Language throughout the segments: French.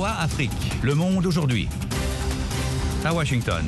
VOA Afrique. Le monde aujourd'hui. À Washington.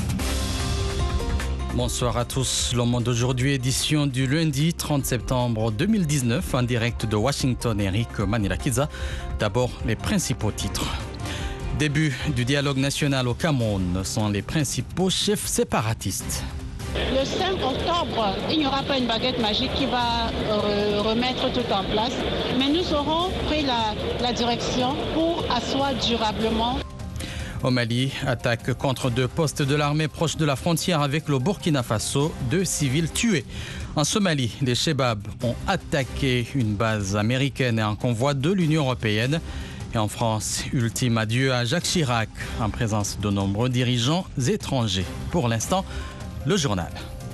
Bonsoir à tous. Le monde aujourd'hui, édition du lundi 30 septembre 2019, en direct de Washington, Eric Manirakiza. D'abord, les principaux titres. Début du dialogue national au Cameroun sont les principaux chefs séparatistes. Le 5 octobre, il n'y aura pas une baguette magique qui va remettre tout en place, mais nous aurons pris la direction pour asseoir durablement. Au Mali, attaque contre 2 postes de l'armée proches de la frontière avec le Burkina Faso, 2 civils tués. En Somalie, les Chebabs ont attaqué une base américaine et un convoi de l'Union européenne. Et en France, ultime adieu à Jacques Chirac, en présence de nombreux dirigeants étrangers. Pour l'instant, le journal.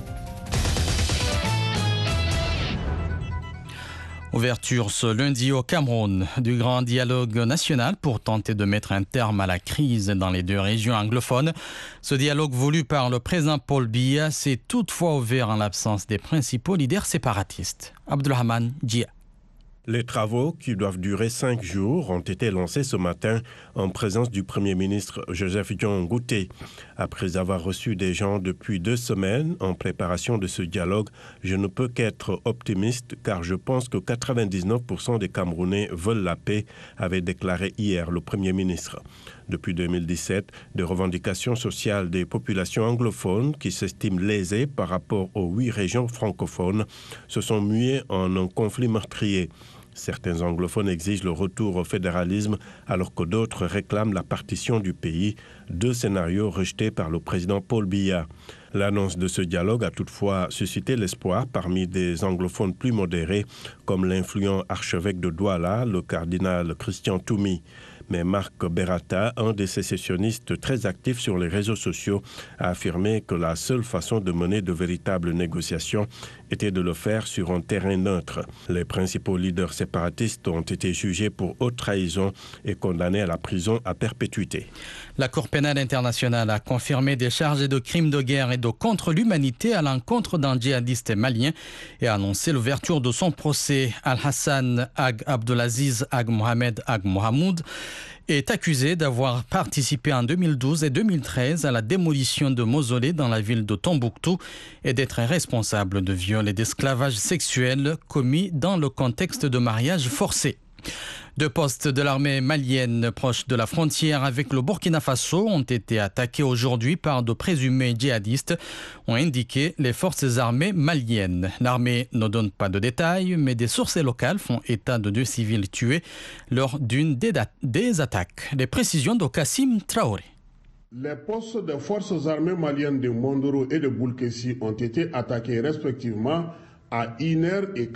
Ouverture ce lundi au Cameroun du grand dialogue national pour tenter de mettre un terme à la crise dans les 2 régions anglophones. Ce dialogue voulu par le président Paul Biya s'est toutefois ouvert en l'absence des principaux leaders séparatistes. Abdulrahman Djia. Les travaux, qui doivent durer 5 jours, ont été lancés ce matin en présence du Premier ministre Joseph John Ngouté. Après avoir reçu des gens depuis 2 semaines en préparation de ce dialogue, je ne peux qu'être optimiste car je pense que 99% des Camerounais veulent la paix, avait déclaré hier le Premier ministre. Depuis 2017, des revendications sociales des populations anglophones qui s'estiment lésées par rapport aux 8 régions francophones se sont muées en un conflit meurtrier. Certains anglophones exigent le retour au fédéralisme alors que d'autres réclament la partition du pays, 2 scénarios rejetés par le président Paul Biya. L'annonce de ce dialogue a toutefois suscité l'espoir parmi des anglophones plus modérés comme l'influent archevêque de Douala, le cardinal Christian Toumi. Mais Marc Berata, un des sécessionnistes très actifs sur les réseaux sociaux, a affirmé que la seule façon de mener de véritables négociations était de le faire sur un terrain neutre. Les principaux leaders séparatistes ont été jugés pour haute trahison et condamnés à la prison à perpétuité. La Cour pénale internationale a confirmé des charges de crimes de guerre et de contre l'humanité à l'encontre d'un djihadiste malien et a annoncé l'ouverture de son procès. Al-Hassan Ag Abdelaziz Ag Mohamed Ag Mohamoud est accusé d'avoir participé en 2012 et 2013 à la démolition de mausolées dans la ville de Tombouctou et d'être responsable de viols et d'esclavage sexuel commis dans le contexte de mariage forcé. 2 postes de l'armée malienne proches de la frontière avec le Burkina Faso ont été attaqués aujourd'hui par de présumés djihadistes, ont indiqué les forces armées maliennes. L'armée ne donne pas de détails, mais des sources locales font état de 2 civils tués lors d'une des attaques. Les précisions de Kassim Traoré. Les postes des forces armées maliennes de Mondoro et de Boulkessi ont été attaqués respectivement à 1h et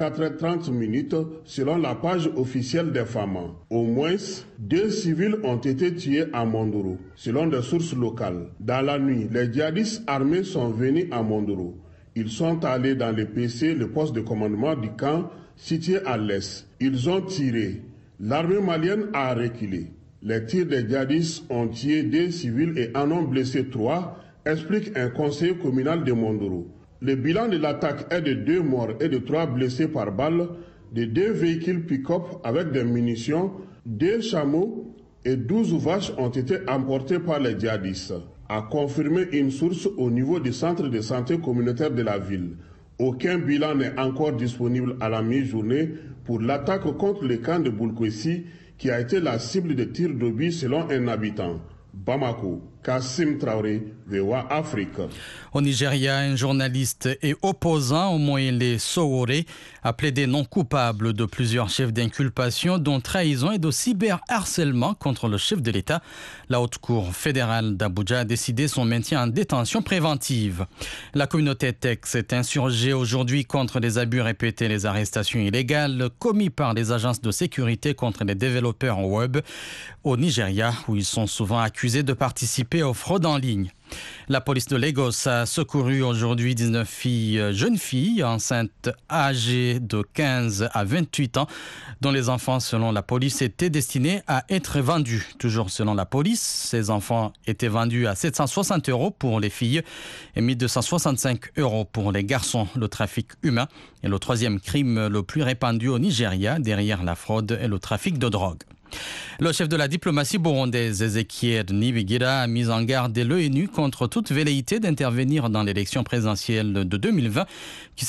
4h30 selon la page officielle des FAMA. Au moins 2 civils ont été tués à Mondoro, selon des sources locales. Dans la nuit, les djihadistes armés sont venus à Mondoro. Ils sont allés dans le PC, le poste de commandement du camp situé à l'est. Ils ont tiré. L'armée malienne a reculé. Les tirs des djihadistes ont tué 2 civils et en ont blessé 3, explique un conseiller communal de Mondoro. Le bilan de l'attaque est de 2 morts et de 3 blessés par balle, de 2 véhicules pick-up avec des munitions, 2 chameaux et 12 vaches ont été emportés par les djihadistes, a confirmé une source au niveau du centre de santé communautaire de la ville. Aucun bilan n'est encore disponible à la mi-journée pour l'attaque contre le camp de Boulkessi qui a été la cible de tirs d'obus selon un habitant. Bamako, Kassim Traoré, VOA Afrique. Au Nigeria, un journaliste et opposant, Omoyele Sowore, a plaidé non coupable de plusieurs chefs d'inculpation, dont trahison et de cyberharcèlement contre le chef de l'État. La Haute Cour fédérale d'Abuja a décidé son maintien en détention préventive. La communauté tech s'est insurgée aujourd'hui contre les abus répétés et les arrestations illégales commis par les agences de sécurité contre les développeurs web au Nigeria, où ils sont souvent accusés de participer aux fraudes en ligne. La police de Lagos a secouru aujourd'hui 19 jeunes filles enceintes âgées de 15 à 28 ans, dont les enfants, selon la police, étaient destinés à être vendus. Toujours selon la police, ces enfants étaient vendus à 760 € pour les filles et 1265 € pour les garçons. Le trafic humain est le 3e crime le plus répandu au Nigeria, derrière la fraude et le trafic de drogue. Le chef de la diplomatie burundaise, Ezekiel Nibigira, a mis en garde l'ONU contre toute velléité d'intervenir dans l'élection présidentielle de 2020 qui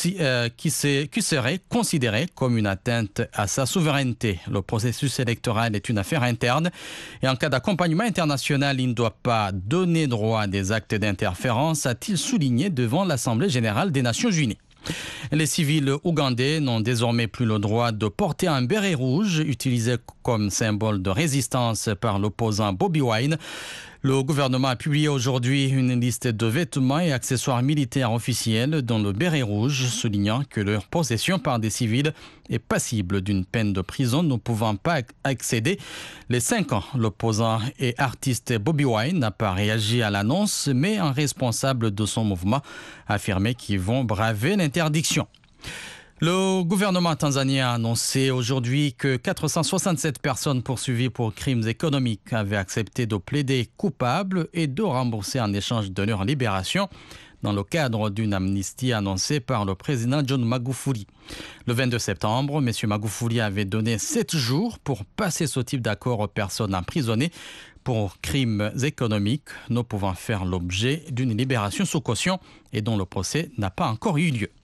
serait considérée comme une atteinte à sa souveraineté. Le processus électoral est une affaire interne et en cas d'accompagnement international, il ne doit pas donner droit à des actes d'interférence, a-t-il souligné devant l'Assemblée générale des Nations unies. Les civils ougandais n'ont désormais plus le droit de porter un béret rouge utilisé comme symbole de résistance par l'opposant Bobi Wine. Le gouvernement a publié aujourd'hui une liste de vêtements et accessoires militaires officiels dont le béret rouge, soulignant que leur possession par des civils est passible d'une peine de prison ne pouvant pas excéder les 5 ans. L'opposant et artiste Bobi Wine n'a pas réagi à l'annonce, mais un responsable de son mouvement a affirmé qu'ils vont braver l'interdiction. Le gouvernement tanzanien a annoncé aujourd'hui que 467 personnes poursuivies pour crimes économiques avaient accepté de plaider coupables et de rembourser en échange de leur libération dans le cadre d'une amnistie annoncée par le président John Magufuli. Le 22 septembre, M. Magufuli avait donné 7 jours pour passer ce type d'accord aux personnes emprisonnées pour crimes économiques ne pouvant faire l'objet d'une libération sous caution et dont le procès n'a pas encore eu lieu.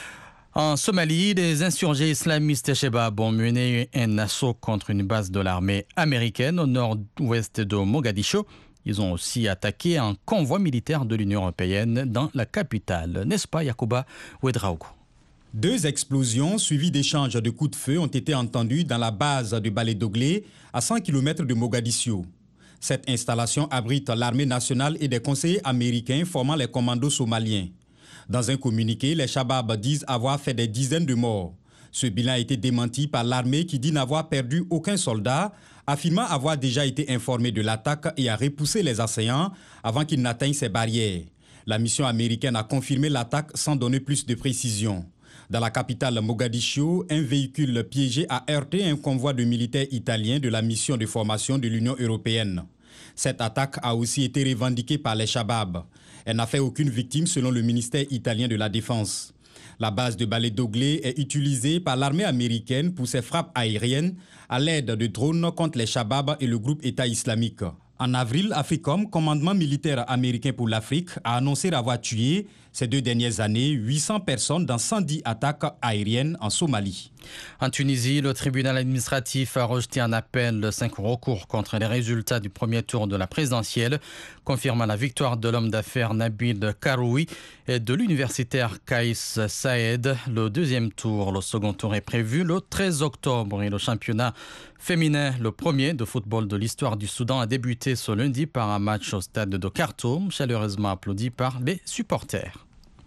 En Somalie, les insurgés islamistes Shebab ont mené un assaut contre une base de l'armée américaine au nord-ouest de Mogadiscio. Ils ont aussi attaqué un convoi militaire de l'Union européenne dans la capitale. N'est-ce pas, Yacouba Ouedraogo? 2 explosions suivies d'échanges de coups de feu ont été entendues dans la base de Baledoglé, à 100 km de Mogadiscio. Cette installation abrite l'armée nationale et des conseillers américains formant les commandos somaliens. Dans un communiqué, les Shabab disent avoir fait des dizaines de morts. Ce bilan a été démenti par l'armée qui dit n'avoir perdu aucun soldat, affirmant avoir déjà été informé de l'attaque et a repoussé les assaillants avant qu'ils n'atteignent ces barrières. La mission américaine a confirmé l'attaque sans donner plus de précisions. Dans la capitale Mogadiscio, un véhicule piégé a heurté un convoi de militaires italiens de la mission de formation de l'Union européenne. Cette attaque a aussi été revendiquée par les Shabab. Elle n'a fait aucune victime selon le ministère italien de la Défense. La base de Baledoglé est utilisée par l'armée américaine pour ses frappes aériennes à l'aide de drones contre les Shabab et le groupe État islamique. En avril, AFRICOM, commandement militaire américain pour l'Afrique, a annoncé avoir tué ces 2 dernières années 800 personnes dans 110 attaques aériennes en Somalie. En Tunisie, le tribunal administratif a rejeté un appel de 5 recours contre les résultats du premier tour de la présidentielle, confirmant la victoire de l'homme d'affaires Nabil Karoui et de l'universitaire Kaïs Saïed. Le deuxième tour, le second tour est prévu le 13 octobre et le championnat féminin, le premier de football de l'histoire du Soudan, a débuté ce lundi par un match au stade de Khartoum, chaleureusement applaudi par les supporters.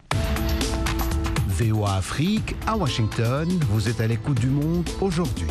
VOA Afrique, à Washington, vous êtes à l'écoute du monde aujourd'hui.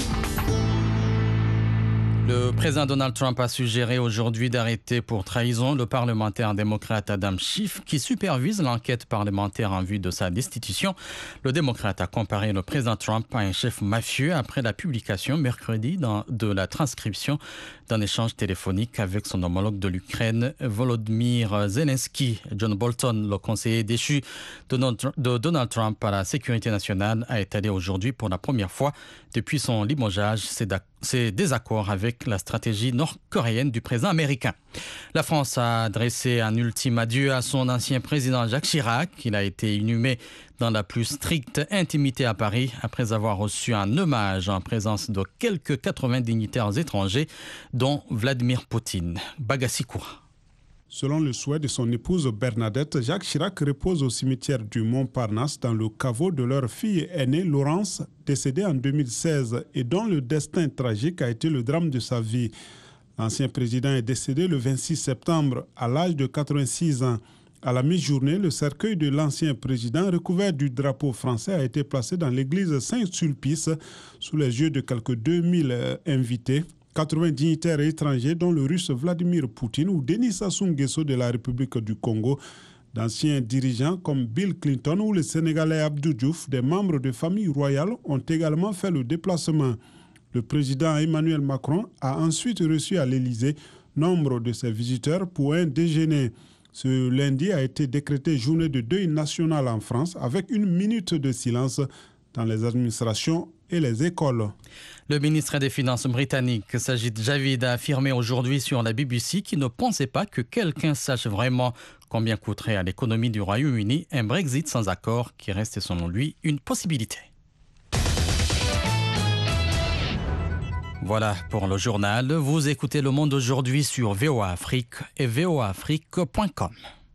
Le président Donald Trump a suggéré aujourd'hui d'arrêter pour trahison le parlementaire démocrate Adam Schiff qui supervise l'enquête parlementaire en vue de sa destitution. Le démocrate a comparé le président Trump à un chef mafieux après la publication mercredi de la transcription d'un échange téléphonique avec son homologue de l'Ukraine, Volodymyr Zelensky. John Bolton, le conseiller déchu de Donald Trump à la sécurité nationale, a étalé aujourd'hui pour la première fois depuis son limogeage ses désaccords avec la stratégie nord-coréenne du président américain. La France a adressé un ultime adieu à son ancien président Jacques Chirac. Il a été inhumé dans la plus stricte intimité à Paris après avoir reçu un hommage en présence de quelques 80 dignitaires étrangers, dont Vladimir Poutine. Bagasikoura. Selon le souhait de son épouse Bernadette, Jacques Chirac repose au cimetière du Montparnasse dans le caveau de leur fille aînée Laurence, décédée en 2016 et dont le destin tragique a été le drame de sa vie. L'ancien président est décédé le 26 septembre à l'âge de 86 ans. À la mi-journée, le cercueil de l'ancien président recouvert du drapeau français a été placé dans l'église Saint-Sulpice sous les yeux de quelques 2000 invités. 80 dignitaires étrangers, dont le russe Vladimir Poutine ou Denis Sassou Nguesso de la République du Congo, d'anciens dirigeants comme Bill Clinton ou le Sénégalais Abdou Diouf, des membres de familles royales, ont également fait le déplacement. Le président Emmanuel Macron a ensuite reçu à l'Élysée nombre de ses visiteurs pour un déjeuner. Ce lundi a été décrété journée de deuil national en France avec une minute de silence dans les administrations et les écoles. Le ministre des Finances britannique, Sajid Javid, a affirmé aujourd'hui sur la BBC qu'il ne pensait pas que quelqu'un sache vraiment combien coûterait à l'économie du Royaume-Uni un Brexit sans accord, qui reste selon lui une possibilité. Voilà pour le journal. Vous écoutez Le Monde aujourd'hui sur VOA Afrique et voaafrique.com.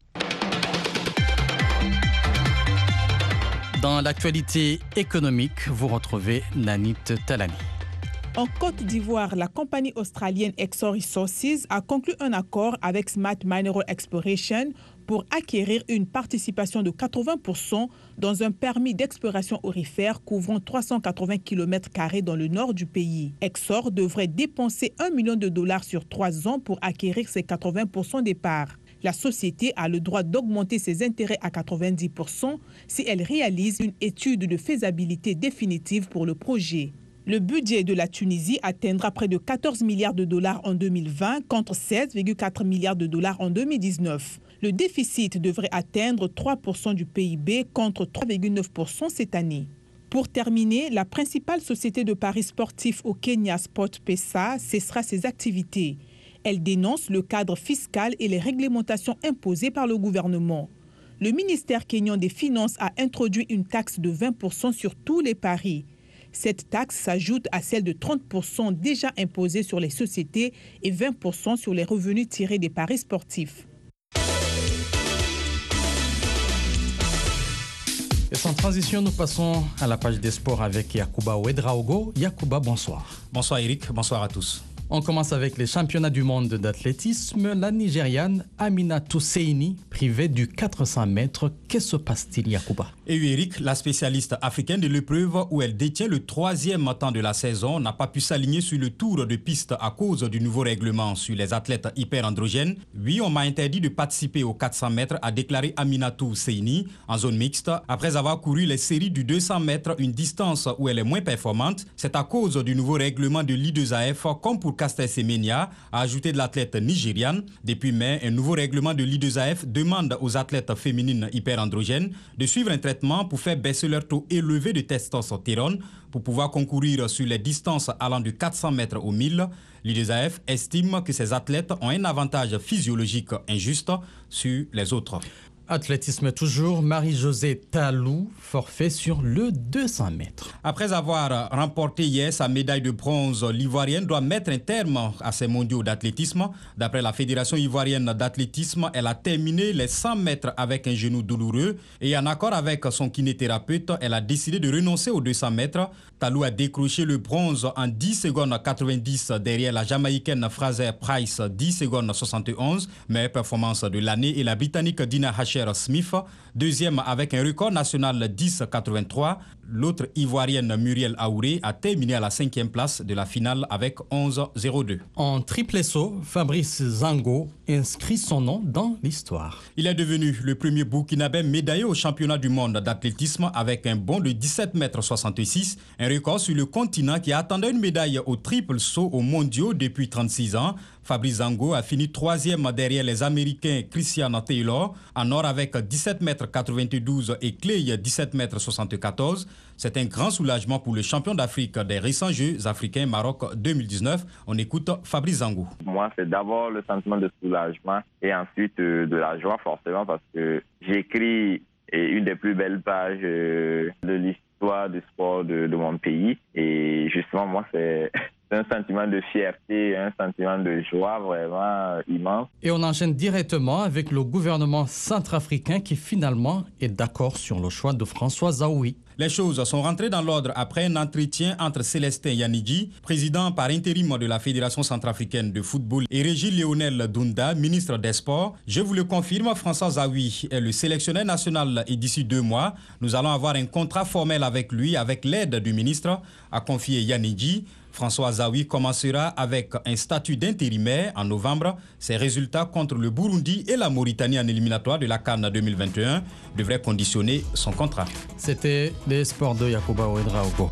Dans l'actualité économique, vous retrouvez Nanit Talani. En Côte d'Ivoire, la compagnie australienne Exor Resources a conclu un accord avec Smart Mineral Exploration pour acquérir une participation de 80% dans un permis d'exploration aurifère couvrant 380 km² dans le nord du pays. Exor devrait dépenser $1 million sur 3 ans pour acquérir ses 80% des parts. La société a le droit d'augmenter ses intérêts à 90% si elle réalise une étude de faisabilité définitive pour le projet. Le budget de la Tunisie atteindra près de $14 milliards en 2020 contre $16,4 milliards en 2019. Le déficit devrait atteindre 3% du PIB contre 3,9% cette année. Pour terminer, la principale société de paris sportifs au Kenya, SportPesa, cessera ses activités. Elle dénonce le cadre fiscal et les réglementations imposées par le gouvernement. Le ministère kényan des Finances a introduit une taxe de 20% sur tous les paris. Cette taxe s'ajoute à celle de 30% déjà imposée sur les sociétés et 20% sur les revenus tirés des paris sportifs. Et sans transition, nous passons à la page des sports avec Yacouba Ouedraogo. Yacouba, bonsoir. Bonsoir Eric, bonsoir à tous. On commence avec les championnats du monde d'athlétisme. La Nigériane Aminatou Seini, privée du 400 mètres. Que se passe-t-il, Yacouba? Et Eric, la spécialiste africaine de l'épreuve où elle détient le 3e temps de la saison, n'a pas pu s'aligner sur le tour de piste à cause du nouveau règlement sur les athlètes hyperandrogènes. Oui, on m'a interdit de participer aux 400 mètres, a déclaré Aminatou Seini en zone mixte. Après avoir couru les séries du 200 mètres, une distance où elle est moins performante, c'est à cause du nouveau règlement de l'I2AF, comme pour Caster Semenya, a ajouté de l'athlète nigériane. Depuis mai, un nouveau règlement de l'I2AF demande aux athlètes féminines hyperandrogènes de suivre un traitement pour faire baisser leur taux élevé de testostérone pour pouvoir concourir sur les distances allant de 400 mètres au 1000. L'I2AF estime que ces athlètes ont un avantage physiologique injuste sur les autres. Athlétisme toujours, Marie-Josée Talou, forfait sur le 200 mètres. Après avoir remporté hier sa médaille de bronze, l'Ivoirienne doit mettre un terme à ces mondiaux d'athlétisme. D'après la Fédération ivoirienne d'athlétisme, elle a terminé les 100 mètres avec un genou douloureux et en accord avec son kinésithérapeute, elle a décidé de renoncer aux 200 mètres. Talou a décroché le bronze en 10 secondes 90 derrière la Jamaïcaine Fraser Price 10 secondes 71, meilleure performance de l'année, et la Britannique Dina Asher-Smith, deuxième avec un record national 10,83. L'autre Ivoirienne Muriel Aouré a terminé à la 5e place de la finale avec 11,02. En triple saut, Fabrice Zango inscrit son nom dans l'histoire. Il est devenu le premier Burkinabé médaillé au championnat du monde d'athlétisme avec un bond de 17,66 m, un record sur le continent qui attendait une médaille au triple saut aux mondiaux depuis 36 ans. Fabrice Zango a fini 3e derrière les Américains Christian Taylor en or avec 17,92 m et Clay 17,74 m. C'est un grand soulagement pour le champion d'Afrique des récents Jeux africains Maroc 2019. On écoute Fabrice Zango. Moi, c'est d'abord le sentiment de soulagement et ensuite de la joie forcément parce que j'écris une des plus belles pages de l'histoire du sport de mon pays. Et justement, moi, c'est un sentiment de fierté, un sentiment de joie vraiment immense. Et on enchaîne directement avec le gouvernement centrafricain qui finalement est d'accord sur le choix de François Zahoui. Les choses sont rentrées dans l'ordre après un entretien entre Célestin Yanidji, président par intérim de la Fédération centrafricaine de football, et Régis Léonel Dunda, ministre des Sports. Je vous le confirme, François Zahoui est le sélectionneur national et d'ici 2 mois, nous allons avoir un contrat formel avec lui, avec l'aide du ministre, a confié Yanidji. François Zahoui commencera avec un statut d'intérimaire en novembre. Ses résultats contre le Burundi et la Mauritanie en éliminatoire de la CAN 2021 devraient conditionner son contrat. C'était les sports de Yacouba Ouedraogo.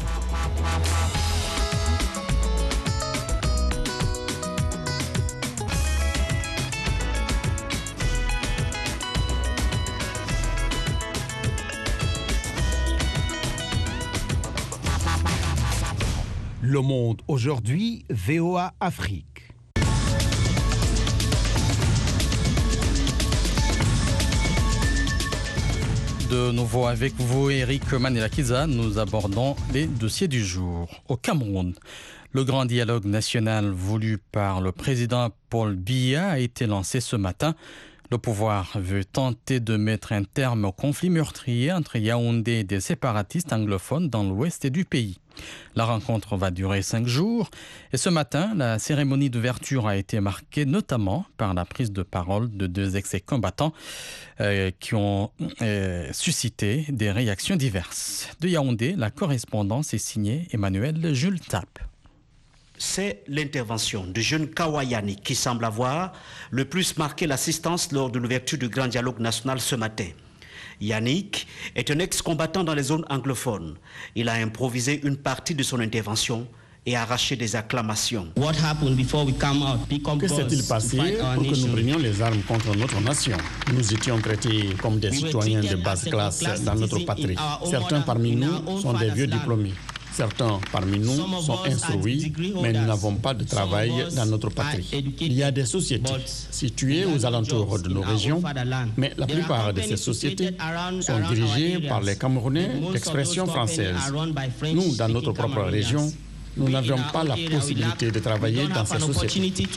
Le Monde aujourd'hui, VOA Afrique. De nouveau avec vous, Eric Manelakiza, nous abordons les dossiers du jour. Au Cameroun, le grand dialogue national voulu par le président Paul Biya a été lancé ce matin. Le pouvoir veut tenter de mettre un terme au conflit meurtrier entre Yaoundé et des séparatistes anglophones dans l'ouest du pays. La rencontre va durer 5 jours et ce matin, la cérémonie d'ouverture a été marquée notamment par la prise de parole de 2 ex-combattants qui ont suscité des réactions diverses. De Yaoundé, la correspondance est signée Emmanuel Jules Tap. C'est l'intervention de jeune Kawa Yannick qui semble avoir le plus marqué l'assistance lors de l'ouverture du grand dialogue national ce matin. Yannick est un ex-combattant dans les zones anglophones. Il a improvisé une partie de son intervention et arraché des acclamations. Que s'est-il passé pour que nous prenions les armes contre notre nation? Nous étions traités comme des citoyens de basse classe dans notre patrie. Certains parmi nous sont des vieux diplômés. Certains parmi nous sont instruits, mais nous n'avons pas de travail dans notre patrie. Il y a des sociétés situées aux alentours de nos régions, mais la plupart de ces sociétés sont dirigées par les Camerounais d'expression française. Nous, dans notre propre région, nous n'avions pas la possibilité de travailler dans ces sociétés.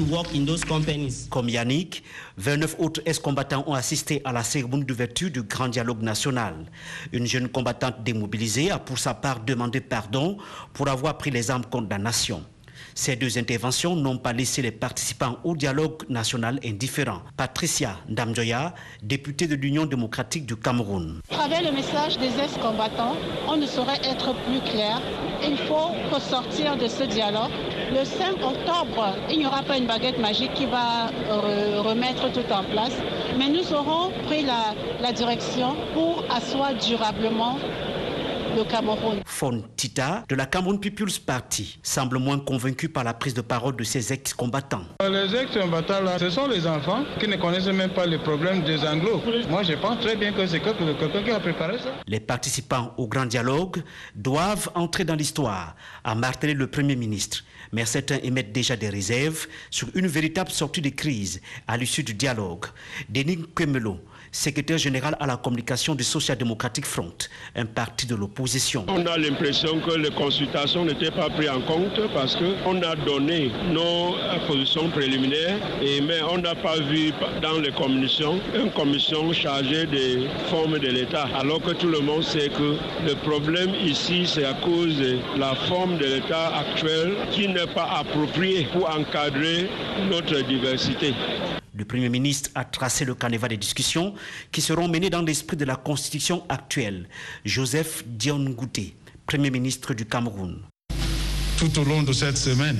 Comme Yannick, 29 autres ex-combattants ont assisté à la cérémonie d'ouverture du grand dialogue national. Une jeune combattante démobilisée a pour sa part demandé pardon pour avoir pris les armes contre la nation. Ces 2 interventions n'ont pas laissé les participants au dialogue national indifférents. Patricia Ndamjoya, députée de l'Union démocratique du Cameroun. À travers le message des ex-combattants, on ne saurait être plus clair. Il faut ressortir de ce dialogue. Le 5 octobre, il n'y aura pas une baguette magique qui va remettre tout en place, mais nous aurons pris la direction pour asseoir durablement le Cameroun. Fontita, de la Cameroun People's Party, semble moins convaincu par la prise de parole de ses ex-combattants. Les ex-combattants, là, ce sont les enfants qui ne connaissent même pas les problèmes des Anglos. Moi, je pense très bien que c'est quelqu'un qui a préparé ça. Les participants au grand dialogue doivent entrer dans l'histoire, a martelé le Premier ministre. Mais certains émettent déjà des réserves sur une véritable sortie de crise à l'issue du dialogue. Denis Kwemelo, secrétaire général à la communication du Social Democratic Front, un parti de l'opposition. On a l'impression que les consultations n'étaient pas prises en compte parce qu'on a donné nos positions préliminaires, mais on n'a pas vu dans les commissions une commission chargée des formes de l'État. Alors que tout le monde sait que le problème ici, c'est à cause de la forme de l'État actuelle qui n'est pas appropriée pour encadrer notre diversité. Le Premier ministre a tracé le canevas des discussions qui seront menées dans l'esprit de la Constitution actuelle. Joseph Dion Ngouté, Premier ministre du Cameroun. Tout au long de cette semaine,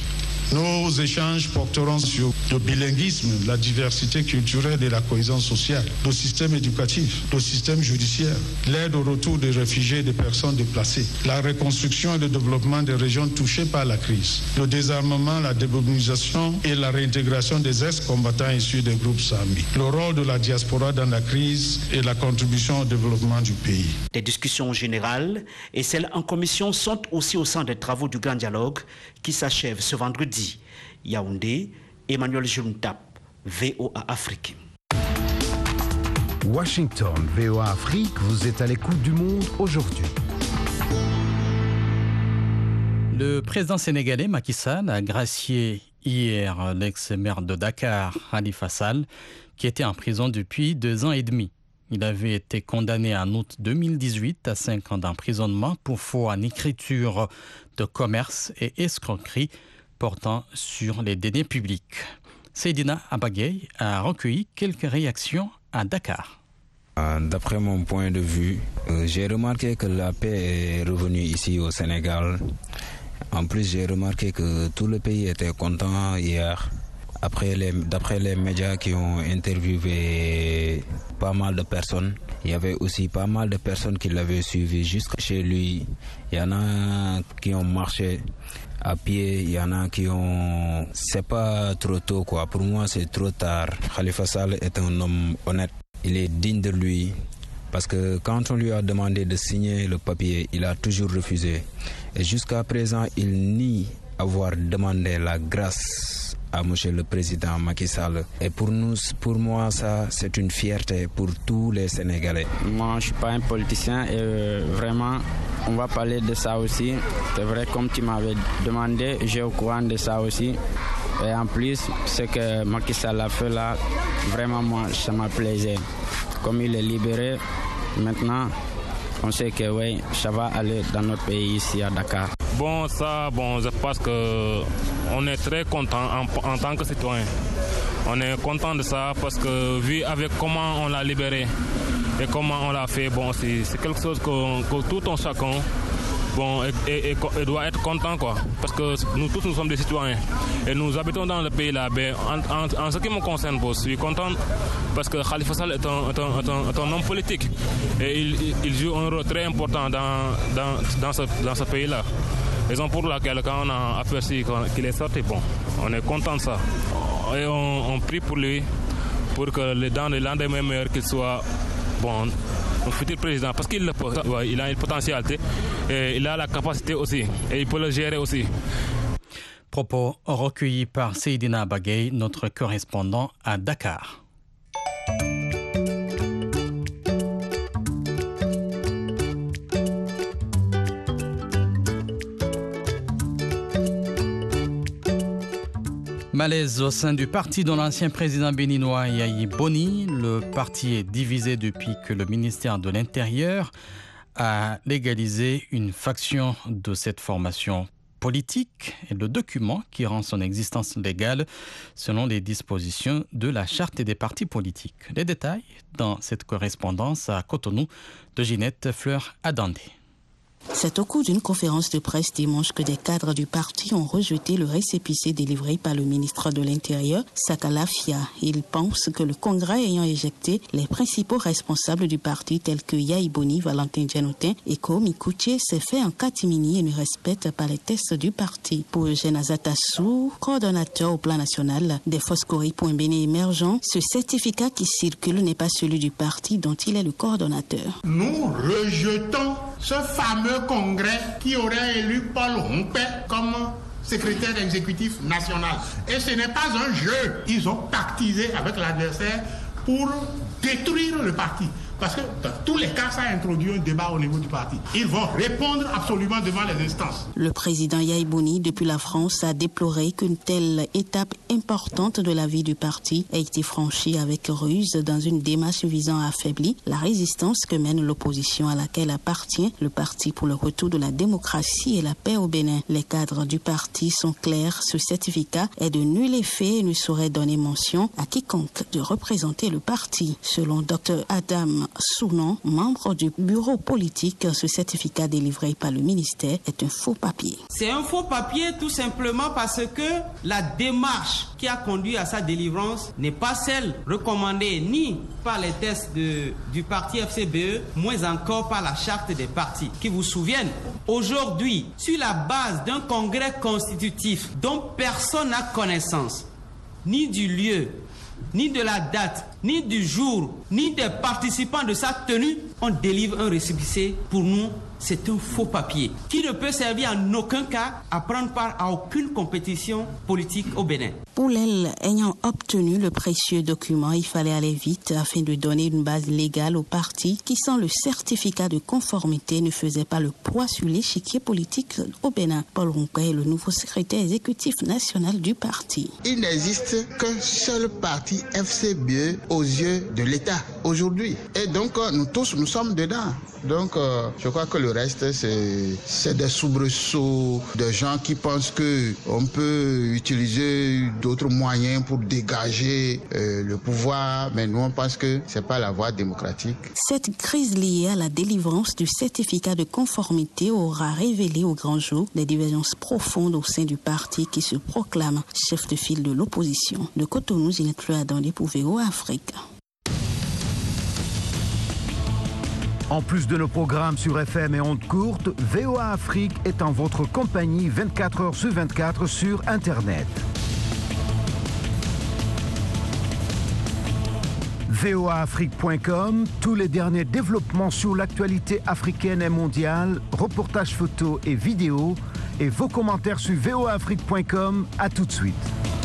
nos échanges porteront sur le bilinguisme, la diversité culturelle et la cohésion sociale, le système éducatif, le système judiciaire, l'aide au retour des réfugiés et des personnes déplacées, la reconstruction et le développement des régions touchées par la crise, le désarmement, la démobilisation et la réintégration des ex-combattants issus des groupes armés, le rôle de la diaspora dans la crise et la contribution au développement du pays. Les discussions générales et celles en commission sont aussi au centre des travaux du grand dialogue qui s'achève ce vendredi. Yaoundé, Emmanuel Juntap, VOA Afrique. Washington, VOA Afrique, vous êtes à l'écoute du monde aujourd'hui. Le président sénégalais Macky Sall a gracié hier l'ex-maire de Dakar, Khalifa Sall, qui était en prison depuis 2 ans et demi. Il avait été condamné en août 2018 à 5 ans d'emprisonnement pour faux en écriture de commerce et escroquerie portant sur les deniers publics. Seydina Abagay a recueilli quelques réactions à Dakar. D'après mon point de vue, j'ai remarqué que la paix est revenue ici au Sénégal. En plus, j'ai remarqué que tout le pays était content hier. D'après les médias qui ont interviewé pas mal de personnes, il y avait aussi pas mal de personnes qui l'avaient suivi jusqu'à chez lui. Il y en a qui ont marché à pied, il y en a qui ont... C'est pas trop tôt quoi, pour moi c'est trop tard. Khalifa Sall est un homme honnête, il est digne de lui. Parce que quand on lui a demandé de signer le papier, il a toujours refusé. Et jusqu'à présent, il nie avoir demandé la grâce à M. le Président Macky Sall. Et pour moi, ça, c'est une fierté pour tous les Sénégalais. Moi, je ne suis pas un politicien et vraiment, on va parler de ça aussi. C'est vrai, comme tu m'avais demandé, j'ai au courant de ça aussi. Et en plus, ce que Macky Sall a fait là, vraiment, moi, ça m'a plaisé. Comme il est libéré, maintenant, on sait que oui, ça va aller dans notre pays ici à Dakar. Bon, je pense qu'on est très content en tant que citoyen. On est content de ça parce que vu avec comment on l'a libéré et comment on l'a fait, bon, c'est quelque chose que tout un chacun et doit être content, quoi. Parce que nous tous, nous sommes des citoyens et nous habitons dans le pays là. En ce qui me concerne, je suis content parce que Khalifa Sall est un homme politique et il joue un rôle très important dans ce pays là. Raison pour laquelle quand on a aperçu qu'il est sorti, bon, on est content de ça. Et on prie pour lui, pour que dans les lendemains meilleurs qu'il soit bon, un futur président, parce qu'il il a une potentialité, et il a la capacité aussi, et il peut le gérer aussi. Propos recueillis par Seydina Bagay, notre correspondant à Dakar. Malaise au sein du parti de l'ancien président béninois Yayi Boni. Le parti est divisé depuis que le ministère de l'Intérieur a légalisé une faction de cette formation politique et le document qui rend son existence légale selon les dispositions de la charte des partis politiques. Les détails dans cette correspondance à Cotonou de Ginette Fleur-Adandé. C'est au cours d'une conférence de presse dimanche que des cadres du parti ont rejeté le récépissé délivré par le ministre de l'Intérieur, Sakala Fia. Ils pensent que le Congrès ayant éjecté les principaux responsables du parti tels que Yayi Boni, Valentin Djanotin et Komi Kouché s'est fait en catimini et ne respecte pas les tests du parti. Pour Eugène Azatassou, coordonnateur au plan national des Foscori pour un Bénin émergent, ce certificat qui circule n'est pas celui du parti dont il est le coordonnateur. Nous rejetons ce fameux congrès qui aurait élu Paul Rompé comme secrétaire exécutif national. Et ce n'est pas un jeu. Ils ont pactisé avec l'adversaire pour détruire le parti. Parce que dans tous les cas, ça a introduit un débat au niveau du parti. Ils vont répondre absolument devant les instances. Le président Yayi Boni, depuis la France, a déploré qu'une telle étape importante de la vie du parti ait été franchie avec ruse dans une démarche visant à affaiblir la résistance que mène l'opposition à laquelle appartient le Parti pour le retour de la démocratie et la paix au Bénin. Les cadres du parti sont clairs. Ce certificat est de nul effet et ne saurait donner mention à quiconque de représenter le parti. Selon Dr Adam Sounon, membre du bureau politique, ce certificat délivré par le ministère est un faux papier. C'est un faux papier tout simplement parce que la démarche qui a conduit à sa délivrance n'est pas celle recommandée ni par les tests du parti FCBE, moins encore par la charte des partis. Qui vous souviennent, aujourd'hui, sur la base d'un congrès constitutif dont personne n'a connaissance, ni du lieu, ni de la date, ni du jour, ni des participants de sa tenue, on délivre un récépissé. Pour nous, c'est un faux papier qui ne peut servir en aucun cas à prendre part à aucune compétition politique au Bénin. Poulel ayant obtenu le précieux document, il fallait aller vite afin de donner une base légale au parti qui, sans le certificat de conformité, ne faisait pas le poids sur l'échiquier politique au Bénin. Paul Ronquet est le nouveau secrétaire exécutif national du parti. Il n'existe qu'un seul parti FCBE aux yeux de l'État aujourd'hui. Et donc, nous tous, nous sommes dedans. Donc, je crois que le reste, c'est des soubresauts, de gens qui pensent qu'on peut utiliser d'autres moyens pour dégager le pouvoir, mais nous, on pense que ce n'est pas la voie démocratique. Cette crise liée à la délivrance du certificat de conformité aura révélé au grand jour des divergences profondes au sein du parti qui se proclame chef de file de l'opposition. De Cotonou, Ginette Fleur-Adandé pour VOA Afrique. En plus de nos programmes sur FM et ondes courtes, VOA Afrique est en votre compagnie 24 heures sur 24 sur Internet. voaafrique.com, tous les derniers développements sur l'actualité africaine et mondiale, reportages photos et vidéos, et vos commentaires sur voaafrique.com. À tout de suite.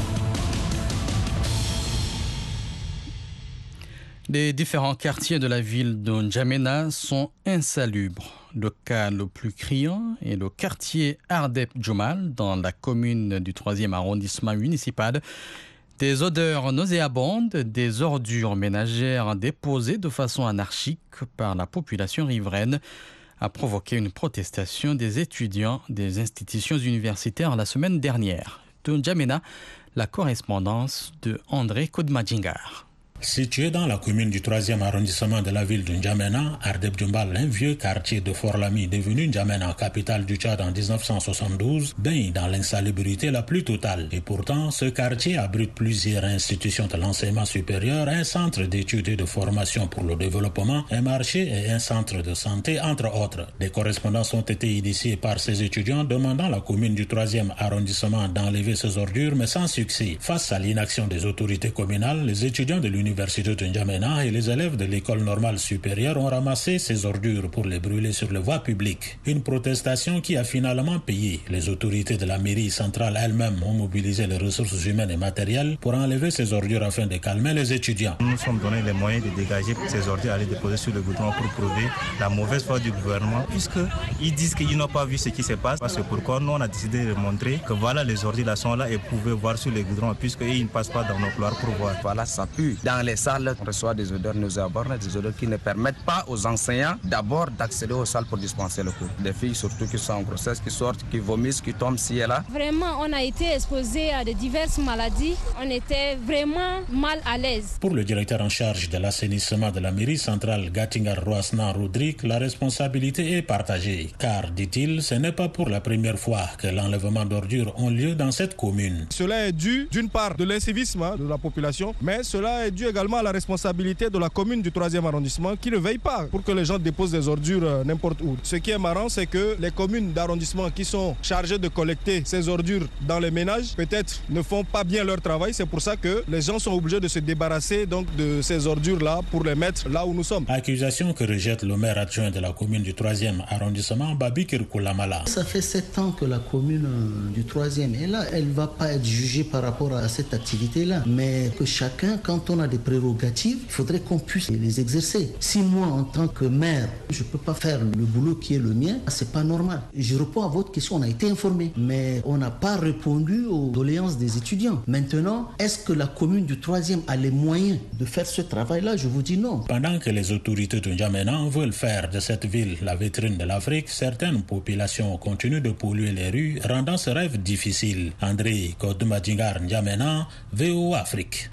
Les différents quartiers de la ville de N'Djamena sont insalubres. Le cas le plus criant est le quartier Ardep Djomal, dans la commune du 3e arrondissement municipal. Des odeurs nauséabondes, des ordures ménagères déposées de façon anarchique par la population riveraine a provoqué une protestation des étudiants des institutions universitaires la semaine dernière. De N'Djamena, la correspondance de André Kodmadjingar. Situé dans la commune du 3e arrondissement de la ville de N'Djamena, Ardep Djomal, un vieux quartier de Fort-Lamy devenu N'Djamena, capitale du Tchad en 1972, baigne dans l'insalubrité la plus totale. Et pourtant, ce quartier abrite plusieurs institutions de l'enseignement supérieur, un centre d'études et de formation pour le développement, un marché et un centre de santé, entre autres. Des correspondances ont été initiées par ces étudiants demandant à la commune du 3e arrondissement d'enlever ces ordures, mais sans succès. Face à l'inaction des autorités communales, les étudiants de l'université de N'Djamena et les élèves de l'école normale supérieure ont ramassé ces ordures pour les brûler sur les voies publiques. Une protestation qui a finalement payé. Les autorités de la mairie centrale elles-mêmes ont mobilisé les ressources humaines et matérielles pour enlever ces ordures afin de calmer les étudiants. Nous nous sommes donné les moyens de dégager ces ordures, aller déposer sur le goudron pour prouver la mauvaise foi du gouvernement, puisqu'ils disent qu'ils n'ont pas vu ce qui se passe. C'est pourquoi nous on a décidé de montrer que voilà, les ordures là sont là et vous pouvez voir sur les goudrons, puisqu'ils ne passent pas dans nos couloirs pour voir. Voilà, ça pue. Dans les salles, on reçoit des odeurs nauséabondes, des odeurs qui ne permettent pas aux enseignants d'abord d'accéder aux salles pour dispenser le cours. Des filles surtout qui sont en grossesse, qui sortent, qui vomissent, qui tombent ci et là. Vraiment, on a été exposés à de diverses maladies. On était vraiment mal à l'aise. Pour le directeur en charge de l'assainissement de la mairie centrale, Gattingar Roasnan Rodrigue, la responsabilité est partagée. Car, dit-il, ce n'est pas pour la première fois que l'enlèvement d'ordures ont lieu dans cette commune. Cela est dû d'une part de l'incivisme de la population, mais cela est dû également à la responsabilité de la commune du 3e arrondissement qui ne veille pas pour que les gens déposent des ordures n'importe où. Ce qui est marrant, c'est que les communes d'arrondissement qui sont chargées de collecter ces ordures dans les ménages, peut-être ne font pas bien leur travail. C'est pour ça que les gens sont obligés de se débarrasser donc de ces ordures-là pour les mettre là où nous sommes. Accusation que rejette le maire adjoint de la commune du 3e arrondissement, Babi Kirkoulamala. Ça fait 7 ans que la commune du 3e est là. Elle ne va pas être jugée par rapport à cette activité-là. Mais que chacun, quand on a des prérogatives, il faudrait qu'on puisse les exercer. Si moi, en tant que maire, je ne peux pas faire le boulot qui est le mien, c'est pas normal. Je réponds à votre question, on a été informé, mais on n'a pas répondu aux doléances des étudiants. Maintenant, est-ce que la commune du 3e a les moyens de faire ce travail-là? Je vous dis non. Pendant que les autorités de N'Djamena veulent faire de cette ville la vitrine de l'Afrique, certaines populations continuent de polluer les rues, rendant ce rêve difficile. André Kodmadjingar, N'Djamena, VOA Afrique.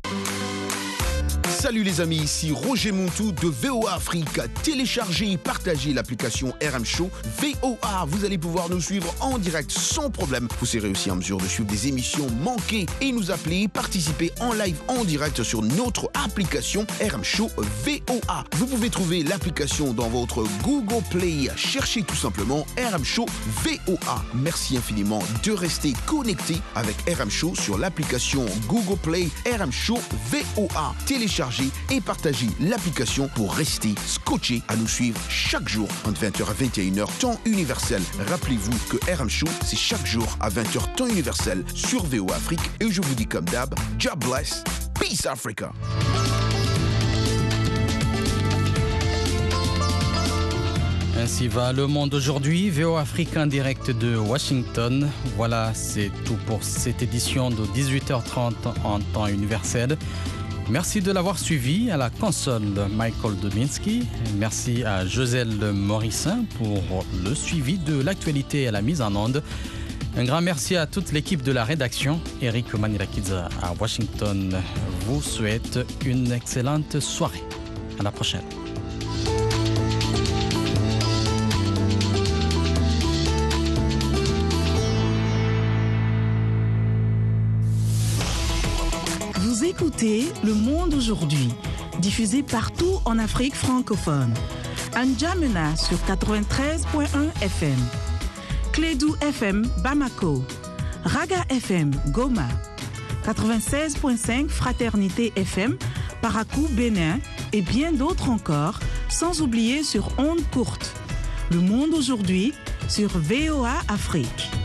Salut les amis, ici Roger Montou de VOA Afrique. Téléchargez et partagez l'application RM Show VOA. Vous allez pouvoir nous suivre en direct sans problème. Vous serez aussi en mesure de suivre des émissions manquées et nous appeler, participer en live en direct sur notre application RM Show VOA. Vous pouvez trouver l'application dans votre Google Play. Cherchez tout simplement RM Show VOA. Merci infiniment de rester connecté avec RM Show sur l'application Google Play RM Show VOA. Téléchargez et partagez l'application pour rester scotché à nous suivre chaque jour entre 20h à 21h temps universel. Rappelez-vous que RM Show, c'est chaque jour à 20h temps universel sur VOA Afrique. Et je vous dis comme d'hab, God bless, peace Africa. Ainsi va le monde aujourd'hui. VOA Afrique en direct de Washington. Voilà, c'est tout pour cette édition de 18h30 en temps universel. Merci de l'avoir suivi. À la console, Michael Dominski. Merci à Joselle Morissin pour le suivi de l'actualité et la mise en onde. Un grand merci à toute l'équipe de la rédaction. Eric Manirakidze à Washington vous souhaite une excellente soirée. À la prochaine. Vous écoutez Le Monde aujourd'hui, diffusé partout en Afrique francophone. À N'Djamena sur 93.1 FM, Clédou FM Bamako, Raga FM Goma, 96.5 Fraternité FM Parakou, Bénin et bien d'autres encore, sans oublier sur ondes courtes. Le monde aujourd'hui sur VOA Afrique.